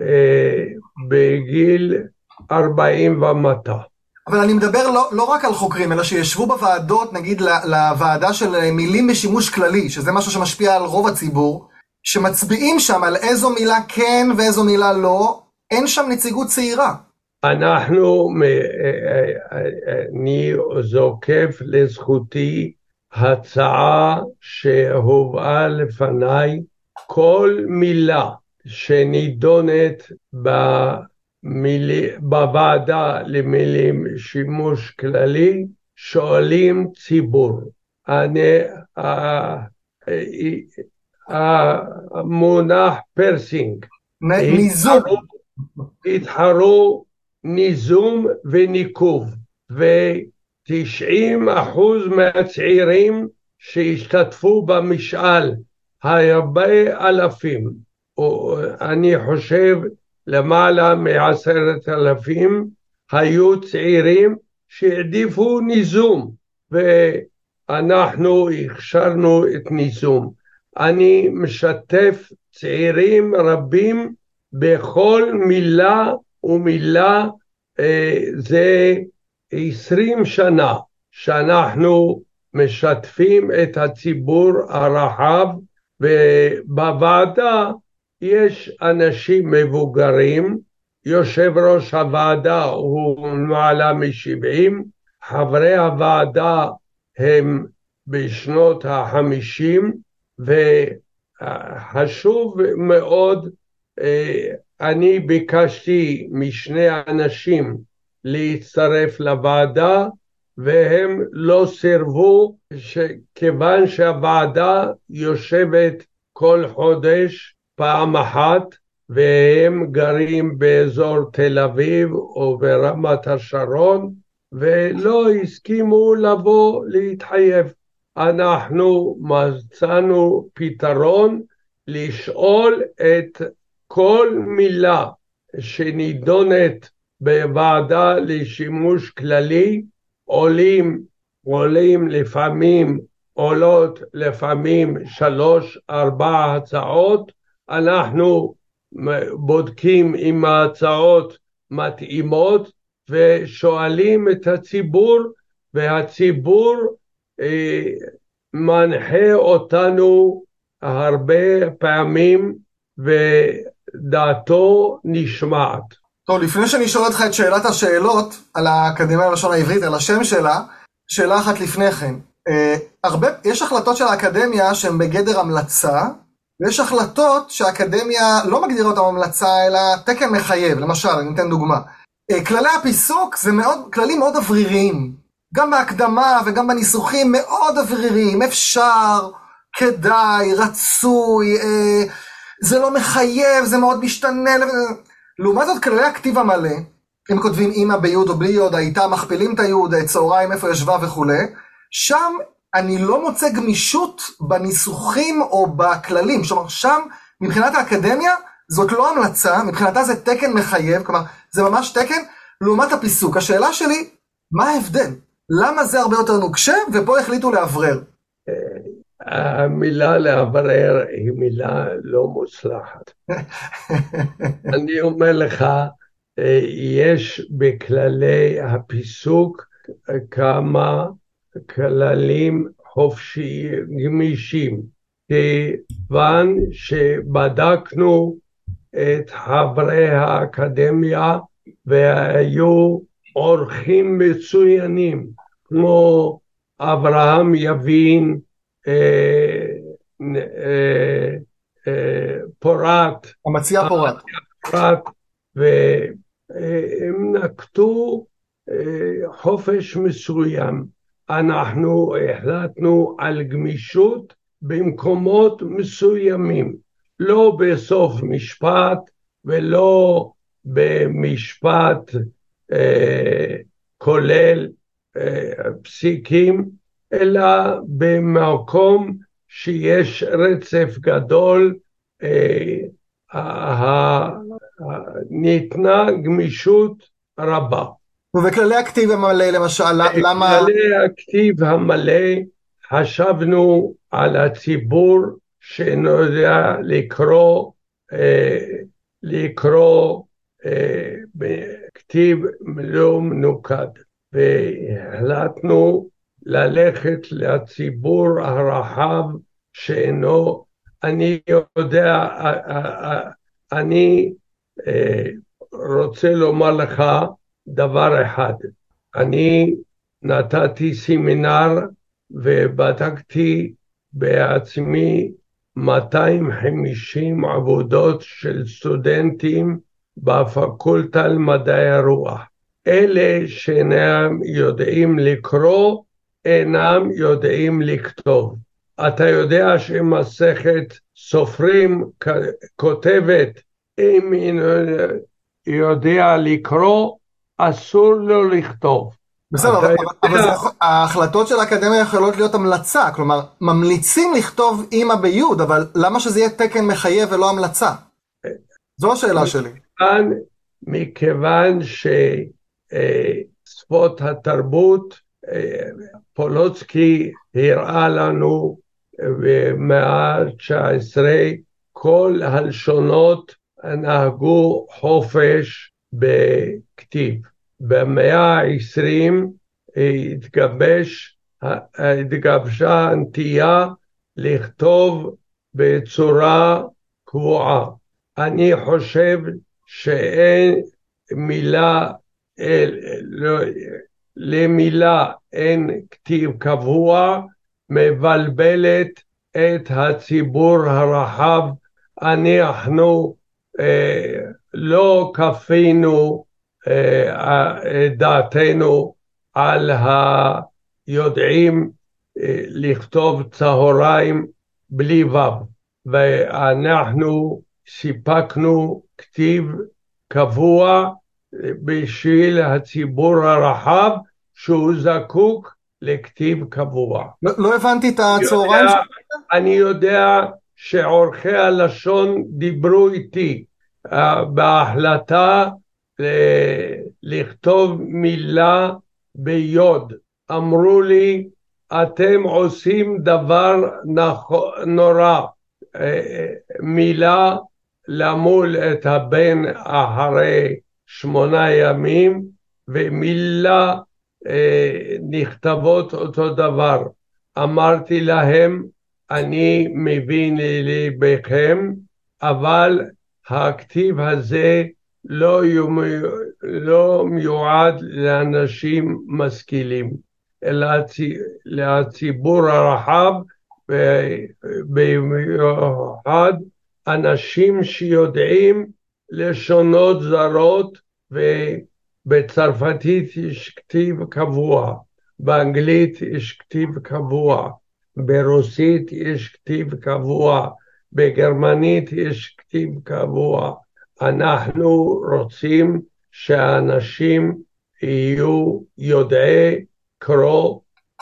בגיל 40 ומטה. אבל אני מדבר לא רק על חוקרים, אלא שישבו בוועדות, נגיד לוועדה של מילים בשימוש כללי, שזה משהו שמשפיע על רוב הציבור, שמצביעים שם על איזו מילה כן ואיזו מילה לא, אין שם נציגות צעירה. אני זוקף לזכותי הצעה שהובאה לפניי, כל מילה שנידונת בוועדה למילים שימוש כללי, שואלים ציבור. המונח פרסינג, ניזום. התחרו ניזום וניקוב, ו90% מהצעירים שהשתתפו במשאל, הרבה אלפים, אני חושב למעלה מ10,000, היו צעירים שהעדיפו ניזום, ואנחנו הכשרנו את ניזום. אני משתף צעירים רבים בכל מילה ומילה. זה 20 שנה שאנחנו משתפים את הציבור הרחב, ובוועדה יש אנשים מבוגרים, יושב ראש הוועדה הוא מעלה מ70, חברי הוועדה הם בשנות ה50, וחשוב מאוד, אני ביקשתי משני אנשים להצטרף לוועדה, והם לא סירבו, כיוון שהוועדה יושבת כל חודש פעם אחת, והם גרים באזור תל אביב או ברמת השרון, ולא הסכימו לבוא להתחייב. אנחנו מצאנו פתרון לשאול את כל מילה שנידונת בוועדה לשימוש כללי, עולים לפעמים, עולות לפעמים 3-4 הצעות, אנחנו בודקים אם ההצעות מתאימות ושואלים את הציבור, והציבור מנחה אותנו הרבה פעמים ודעתו נשמעת. טוב, לפני שאני שואל אותך את שאלת השאלות על האקדמיה ללשון העברית, על השם שלה, שאלה אחת לפני כן. יש החלטות של האקדמיה שהן בגדר המלצה, ויש החלטות שהאקדמיה לא מגדירה אותן המלצה, אלא תקן מחייב. למשל, אני אתן דוגמה. כללי הפיסוק זה כללים מאוד אווריריים. גם בהקדמה וגם בניסוחים מאוד אווריריים. אפשר, כדאי, רצוי, זה לא מחייב, זה מאוד משתנה. לעומת זאת, כללי הכתיב המלא, אם כותבים אמא ביוד או בלי יוד, הייתה מכפילים את היוד, צהריים, איפה ישבה וכו', שם אני לא מוצא גמישות בניסוחים או בכללים. זאת אומרת, שם, מבחינת האקדמיה, זאת לא המלצה, מבחינתה זה תקן מחייב, כלומר, זה ממש תקן, לעומת הפיסוק. השאלה שלי, מה ההבדל? למה זה הרבה יותר נוקשה, ופה החליטו לאוורר? המילה לאוורר היא מילה לא מוצלחת. אני אומר לך, יש בכללי הפיסוק כמה כללים חופשיים גמישים, כיוון שבדקנו את חברי האקדמיה והיו אורחים מצוינים כמו אברהם יבין, פורט, המציע פורט, והם נקטו חופש מסוים. אנחנו החלטנו על גמישות במקומות מסוימים, לא בסוף משפט ולא במשפט כולל פסיקים, אלא במקום שיש רצף גדול, ניתנה גמישות רבה. ובכללי הכתיב המלא למשל, למה? בכללי הכתיב המלא חשבנו על הציבור שאינו יודע לקרוא בכתיב לא מנוקד, והחלטנו ללכת לציבור הרחב שאינו, אני יודע, אני רוצה לומר לך דבר אחד. אני נתתי סמינר ובדקתי בעצמי 250 עבודות של סטודנטים בפקולטה למדעי הרוח. אלה שאינם יודעים לקרוא, אינם יודעים לכתוב. אתה יודע שמסכת סופרים כותבת, אם יודע לקרוא, אסור לו לכתוב. בסדר, אתה אבל יודע, ההחלטות של האקדמיה יכולות להיות המלצה, כלומר, ממליצים לכתוב אמא ביוד, אבל למה שזה יהיה תקן מחייב ולא המלצה? זו השאלה שלי. מכיוון ששפות התרבות, פולוצקי הראה לנו במאה ה-19, כל הלשונות נהגו חופש בכתיב. במאה ה-20 התגבשה הנטייה לכתוב בצורה קבועה. אני חושב שאין מילה, למילה אין כתיב קבוע, מבלבלת את הציבור הרחב. אנחנו לא כפינו דעתנו על היודעים לכתוב צהריים בלי וו, ואנחנו סיפקנו כתיב קבוע בשביל הציבור הרחב שהוא זקוק לכתיב קבוע. לא הבנתי את הצהריים. אני יודע שעורכי הלשון דיברו איתי בהחלטה לכתוב מילה ביוד. אמרו לי, אתם עושים דבר נורא, מילה למול את הבן אחרי 8 ימים, ומילה נכתבות אותו דבר. אמרתי להם, אני מבין ליבכם, אבל הכתיב הזה לא מיועד לאנשים משכילים, אלא לציבור הרחב, במיוחד אנשים שיודעים לשונות זרות, ובצרפתית יש כתיב קבוע, באנגלית יש כתיב קבוע, ברוסית יש כתיב קבוע, בגרמנית יש כתיב קבוע. אנחנו רוצים שהאנשים יהיו יודעי קרוא,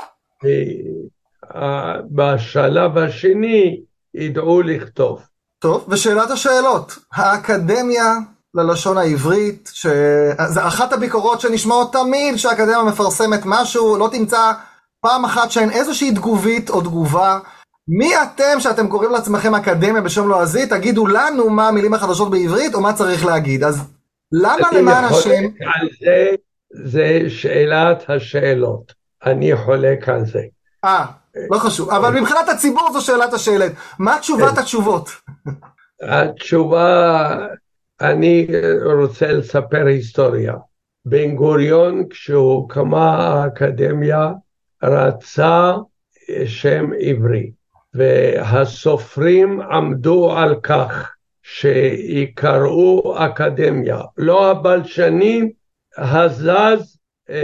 בשלב השני ידעו לכתוב. טוב, ושאלת השאלות, האקדמיה ללשון העברית, זה אחת הביקורות שנשמעות תמיד, שהאקדמיה מפרסמת משהו, לא תמצא פעם אחת שאין איזושהי תגובית או תגובה. מי אתם שאתם קוראים לעצמכם אקדמיה בשם לועזי? תגידו לנו מה המילים החדשות בעברית או מה צריך להגיד. אז למה למען השם? זה שאלת השאלות, אני חולק על זה. לא חשוב, אבל מבחינת הציבור זו שאלת השאלות. מה תשובת התשובות? התשובה, אני רוצה לספר היסטוריה. בן גוריון, כשהוקמה האקדמיה, רצה שם עברי, והסופרים עמדו על כך שיקראו אקדמיה. לא הבלשנים, הזז,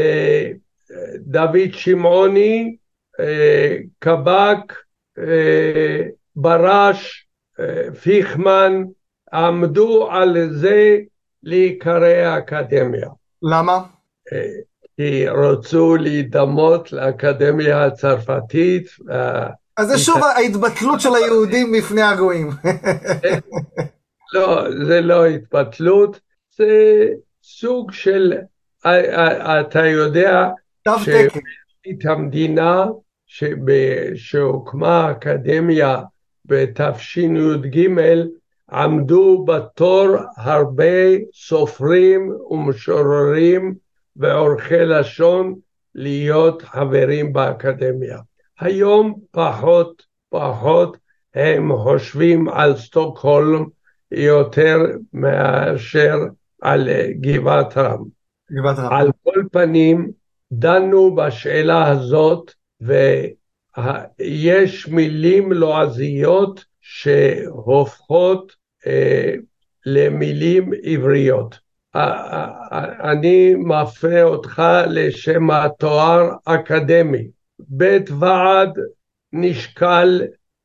דוד שמעוני, קבק, ברש, פיכמן, עמדו על זה להיקרא אקדמיה. למה? כי רצו להידמות לאקדמיה הצרפתית. אז זה שוב ההתבטלות של היהודים בפני הגויים. לא, זה לא התבטלות, זה סוג של, אתה יודע, שאת המדינה שהוקמה האקדמיה בתש"ג, עמדו בתור הרבה סופרים ומשוררים ועורכי לשון להיות חברים באקדמיה. היום פחות הם חושבים על סטוקהולם יותר מאשר על גבעת רם. על כל פנים, דנו בשאלה הזאת, ויש מילים לועזיות שהופכות למילים עבריות. אני מפנה אותך לשם התואר אקדמי. בית ועד נשקל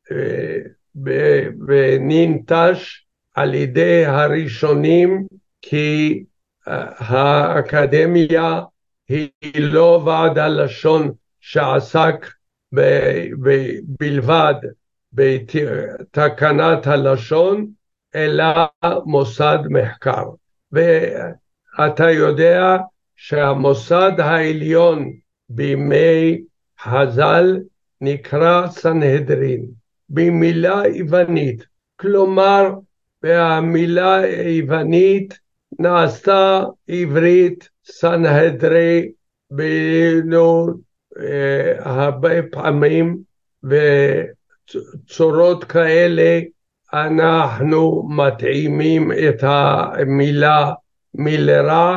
וננטש על ידי הראשונים, כי האקדמיה היא לא ועד הלשון שעסק בלבד בתקנת הלשון, אלא מוסד מחקר. ואתה יודע שהמוסד העליון בימי חז"ל נקרא סנהדרין, במילה יוונית. כלומר, והמילה היוונית נעשתה עברית סנהדרי בינו הרבה פעמים, וצורות כאלה אנחנו מתאימים את המילה מלרע,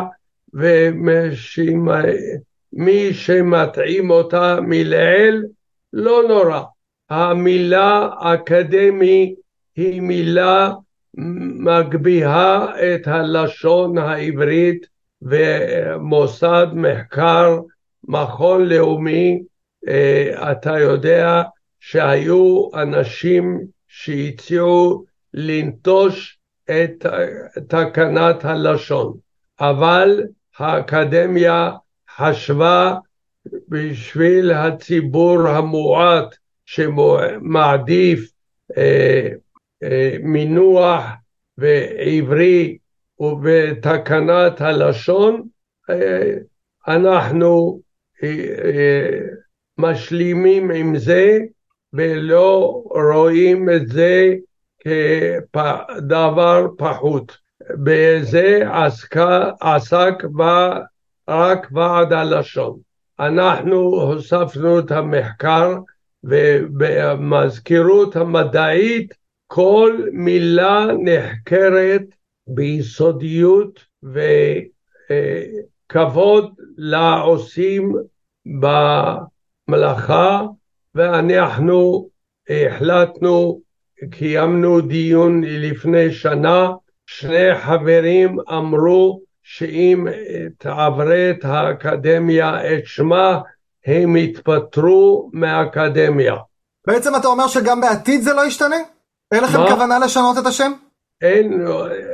ומי שמתאים אותה מלעיל לא נורא. המילה אקדמי היא מילה מגביהה את הלשון העברית, ומוסד מחקר, מכון לאומי, אתה יודע שהיו אנשים שהציעו לנטוש את תקנת הלשון, אבל האקדמיה חשבה בשביל הציבור המועט שמעדיף מינוח ועברי ובתקנת הלשון, אנחנו משלימים עם זה ולא רואים את זה כדבר פחות. בזה עסק רק ועד הלשון. אנחנו הוספנו את המחקר, ובמזכירות המדעית כל מילה נחקרת ביסודיות וכבוד לעושים במלאכה. ואנחנו החלטנו, קיימנו דיון לפני שנה, שני חברים אמרו שאם תעברת האקדמיה את שמה, הם יתפטרו מהאקדמיה. בעצם אתה אומר שגם בעתיד זה לא ישתנה? אין לכם כוונה לשנות את השם? אין,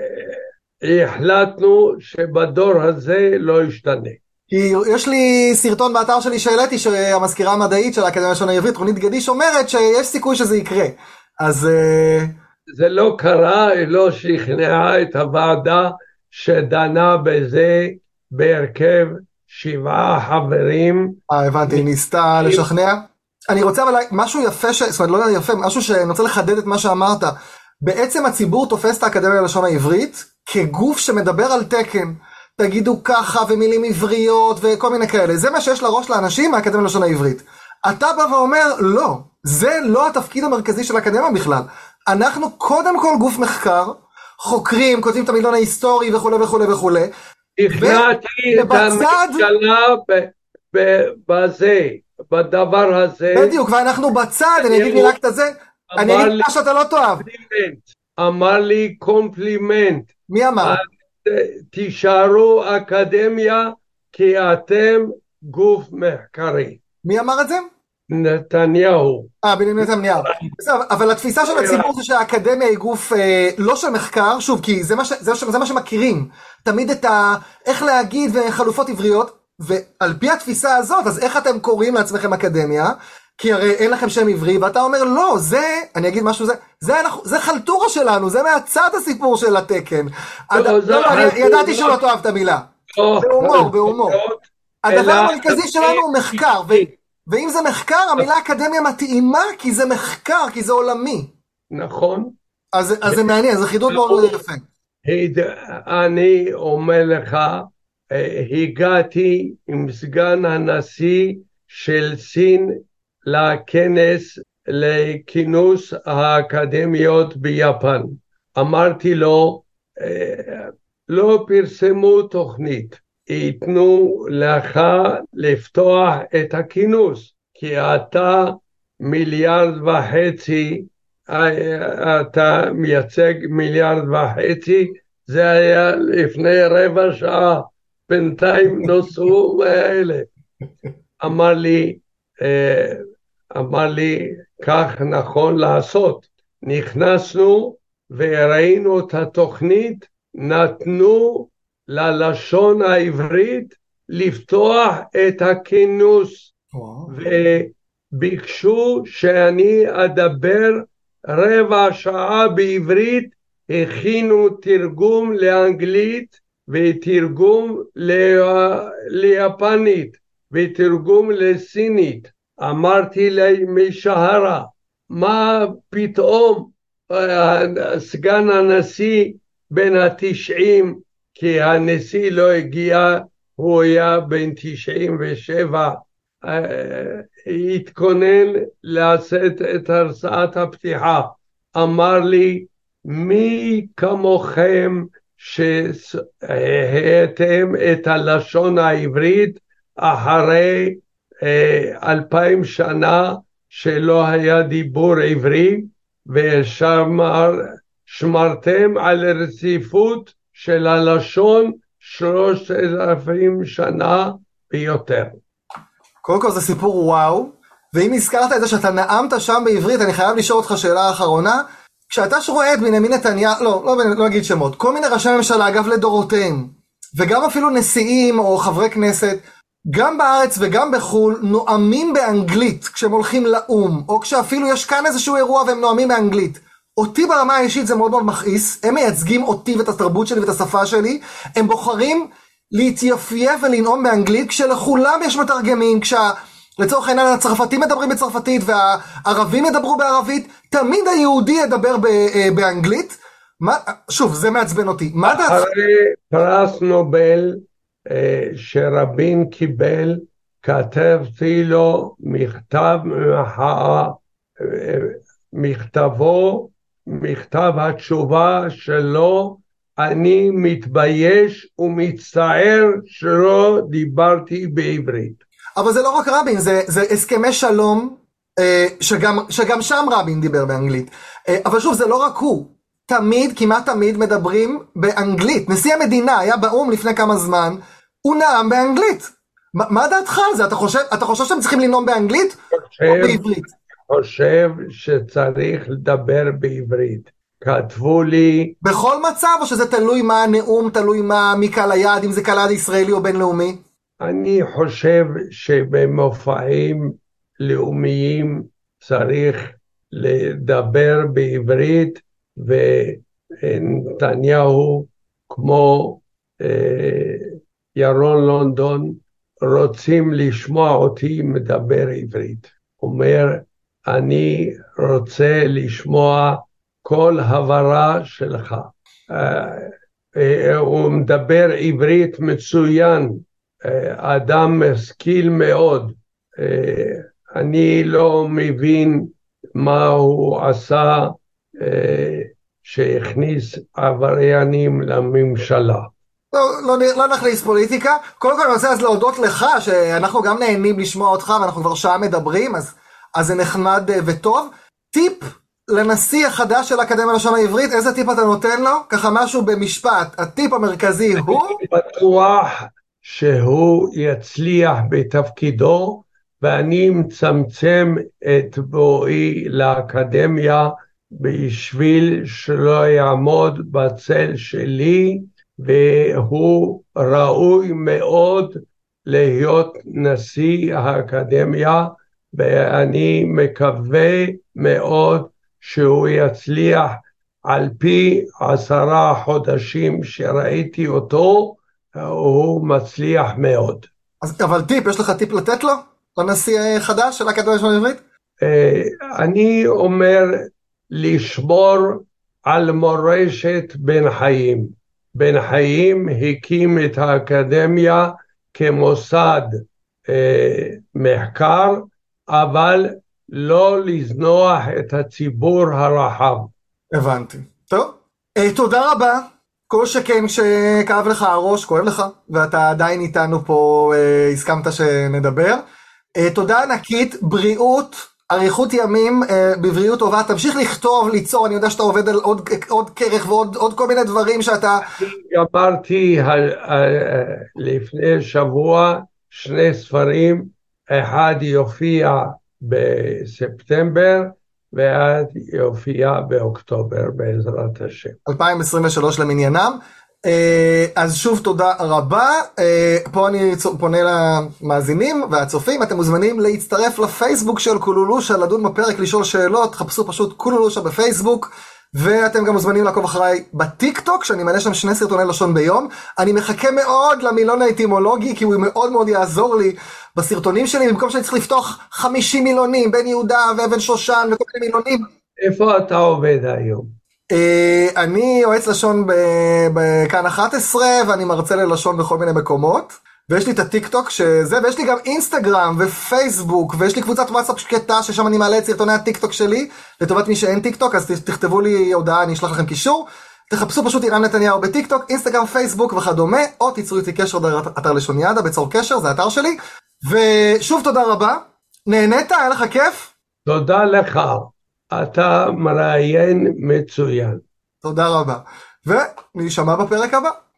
החלטנו שבדור הזה לא ישתנה. כי יש לי סרטון באתר שלי שהעליתי, שהמזכירה המדעית של האקדמיה ללשון העברית, רונית גדיש, אומרת שיש סיכוי שזה יקרה. אז זה לא קרה, היא לא שכנעה את הוועדה שדנה בזה בהרכב 7 חברים. הבנתי, היא ניסתה לשכנע. אני רוצה אבל משהו יפה, זאת אומרת לא יפה, משהו שאני רוצה לחדד את מה שאמרת. בעצם הציבור תופס את האקדמיה ללשון העברית כגוף שמדבר על תקן. תגידו ככה ומילים עבריות וכל מיני כאלה. זה מה שיש לראש לאנשים מהאקדמיה ללשון העברית. אתה בא ואומר, לא, זה לא התפקיד המרכזי של האקדמיה בכלל. אנחנו קודם כל גוף מחקר, חוקרים, כותבים את המילון ההיסטורי וכו' וכו' וכו'. הכנעתי את הממשלה בזה, בדבר הזה. בדיוק, ואנחנו בצד, אני אגיד מילה כזה, אני אגיד מה שאתה לא תאהב. אמר לי קומפלימנט. מי אמר? תישארו אקדמיה כי אתם גוף מחקרי. מי אמר את זה? נתניהו. בנימין נתניהו. אבל התפיסה של הציבור זה שהאקדמיה היא גוף לא של מחקר, שוב, כי זה מה שמכירים. תמיד את איך להגיד וחלופות עבריות, ועל פי התפיסה הזאת, אז איך אתם קוראים לעצמכם אקדמיה? כי הרי אין לכם שם עברי, ואתה אומר, לא, זה, אני אגיד משהו, זה חלטורה שלנו, זה מהצד הסיפור של התקן. ידעתי שלא תאהב את המילה. בהומור. הדבר המרכזי שלנו הוא מחקר, ואם זה מחקר, המילה אקדמיה מתאימה, כי זה מחקר, כי זה עולמי. נכון. אז זה מעניין, זה חידוד מאוד יפה. אני אומר לך, הגעתי עם סגן הנשיא של סין לכינוס האקדמיות ביפן. אמרתי לו, לא פרסמו תוכנית, ייתנו לך לפתוח את הכינוס, כי אתה 1.5 מיליארד, אתה מייצג 1.5 מיליארד, זה היה לפני רבע שעה, בינתיים נוסעו האלה. אמר לי, אמר לי, כך נכון לעשות. נכנסנו וראינו את התוכנית, נתנו ללשון העברית לפתוח את הכינוס, וביקשו שאני אדבר רבע שעה בעברית, הכינו תרגום לאנגלית ותרגום ליפנית ותרגום לסינית. אמרתי למשהרה, מה פתאום סגן הנשיא בן ה-90, כי הנשיא לא הגיע, הוא היה בן 97, התכונן לעשות את הרצאת הפתיחה. אמר לי, מי כמוכם שהייתם את הלשון העברית אחרי 2000 שנה שלא היה דיבור עברי, ושמרתם על רציפות של הלשון 3,000 שנה ויותר. קודם כל זה סיפור וואו, ואם הזכרת את זה שאתה נאמת שם בעברית, אני חייב לשאול אותך שאלה האחרונה. כשאתה רואה את בנימין נתניהו, לא אגיד שמות, כל מיני ראשי ממשלה, אגב לדורותיהם, וגם אפילו נשיאים או חברי כנסת, גם בארץ וגם בחול, נואמים באנגלית כשהם הולכים לאום, או כשאפילו יש כאן איזשהו אירוע והם נואמים באנגלית. אותי ברמה האישית זה מאוד מאוד מכעיס, הם מייצגים אותי ואת התרבות שלי ואת השפה שלי, הם בוחרים להתייפייף ולנאום באנגלית, כשלכולם יש מתרגמים, לצורך העניין הצרפתים מדברים בצרפתית והערבים ידברו בערבית, תמיד היהודי ידבר באנגלית. שוב, זה מעצבן אותי. אחרי פרס נובל שרבין קיבל, כתבתי לו מכתב מחאה, מכתב התשובה שלו, אני מתבייש ומצטער שלא דיברתי בעברית. אבל זה לא רק רבין, זה הסכמי שלום, שגם שם רבין דיבר באנגלית. אבל שוב, זה לא רק הוא. תמיד, כמעט תמיד מדברים באנגלית. נשיא המדינה היה באום לפני כמה זמן, הוא נאם באנגלית. מה דעתך על זה? אתה חושב שהם צריכים לנאום באנגלית או בעברית? אני חושב שצריך לדבר בעברית. כתבו לי... בכל מצב, או שזה תלוי מה הנאום, תלוי מי קהל היעד, אם זה קהל היעד ישראלי או בינלאומי? אני חושב שבמופעים לאומיים צריך לדבר בעברית, ונתניהו כמו ירון לונדון רוצים לשמוע אותי מדבר עברית. אומר, אני רוצה לשמוע כל הברה שלך. הוא מדבר עברית מצוין, אדם משכיל מאוד. אני לא מבין מה הוא עשה שהכניס עבריינים לממשלה. לא נכניס פוליטיקה. קודם כל אני רוצה אז להודות לך שאנחנו גם נהנים לשמוע אותך, ואנחנו כבר שעה מדברים, אז זה נחמד וטוב. טיפ לנשיא החדש של האקדמיה ללשון העברית, איזה טיפ אתה נותן לו? ככה משהו במשפט, הטיפ המרכזי הוא? אני בטוח שהוא יצליח בתפקידו, ואני מצמצם את בואי לאקדמיה בשביל שלא יעמוד בצל שלי, והוא ראוי מאוד להיות נשיא האקדמיה, ואני מקווה מאוד שהוא יצליח. על פי 10 חודשים שראיתי אותו, הוא מצליח מאוד. אבל טיפ, יש לך טיפ לתת לו? לנשיא חדש של האקדמיה ללשון העברית? אני אומר לשמור על מורשת בן חיים. בן חיים הקים את האקדמיה כמוסד מחקר, אבל לא לזנוח את הציבור הרחב. הבנתי. טוב, תודה רבה. כל שכן שכאב לך הראש, כואב לך, ואתה עדיין איתנו פה, הסכמת שנדבר. תודה ענקית, בריאות, אריכות ימים, בבריאות טובה, תמשיך לכתוב, ליצור, אני יודע שאתה עובד על עוד כרך ועוד כל מיני דברים שאתה... אמרתי לפני שבוע 2 ספרים, אחד יופיע בספטמבר, ואז יופיע באוקטובר בעזרת השם. 2023 למניינם. אז שוב תודה רבה. פה אני פונה למאזינים והצופים, אתם מוזמנים להצטרף לפייסבוק של קולולושה, לדון בפרק, לשאול שאלות, חפשו פשוט קולולושה בפייסבוק, ואתם גם מוזמנים לעקוב אחריי בטיק טוק, שאני מעלה שם 2 סרטוני לשון ביום. אני מחכה מאוד למילון האטימולוגי, כי הוא מאוד מאוד יעזור לי בסרטונים שלי, במקום שאני צריך לפתוח 50 מילונים, בן יהודה ואבן שושן וכל מיני מילונים. איפה אתה עובד היום? אני יועץ לשון בכאן 11, ואני מרצה ללשון בכל מיני מקומות, ויש לי את הטיק טוק שזה, ויש לי גם אינסטגרם ופייסבוק, ויש לי קבוצת וואטסאפ שקטה, ששם אני מעלה את סרטוני הטיק טוק שלי, לטובת מי שאין טיק טוק, אז תכתבו לי הודעה, אני אשלח לכם קישור, תחפשו פשוט ערן נתניהו בטיק טוק, אינסטגרם, פייסבוק וכדומה, או תיצרו איתי קשר באתר לשוניאדה, בצור קשר, זה האתר שלי, ושוב תודה רבה, נהנית, היה לך כיף? תודה לך. אתה מראיין מצוין. תודה רבה. ונשמע בפרק הבא.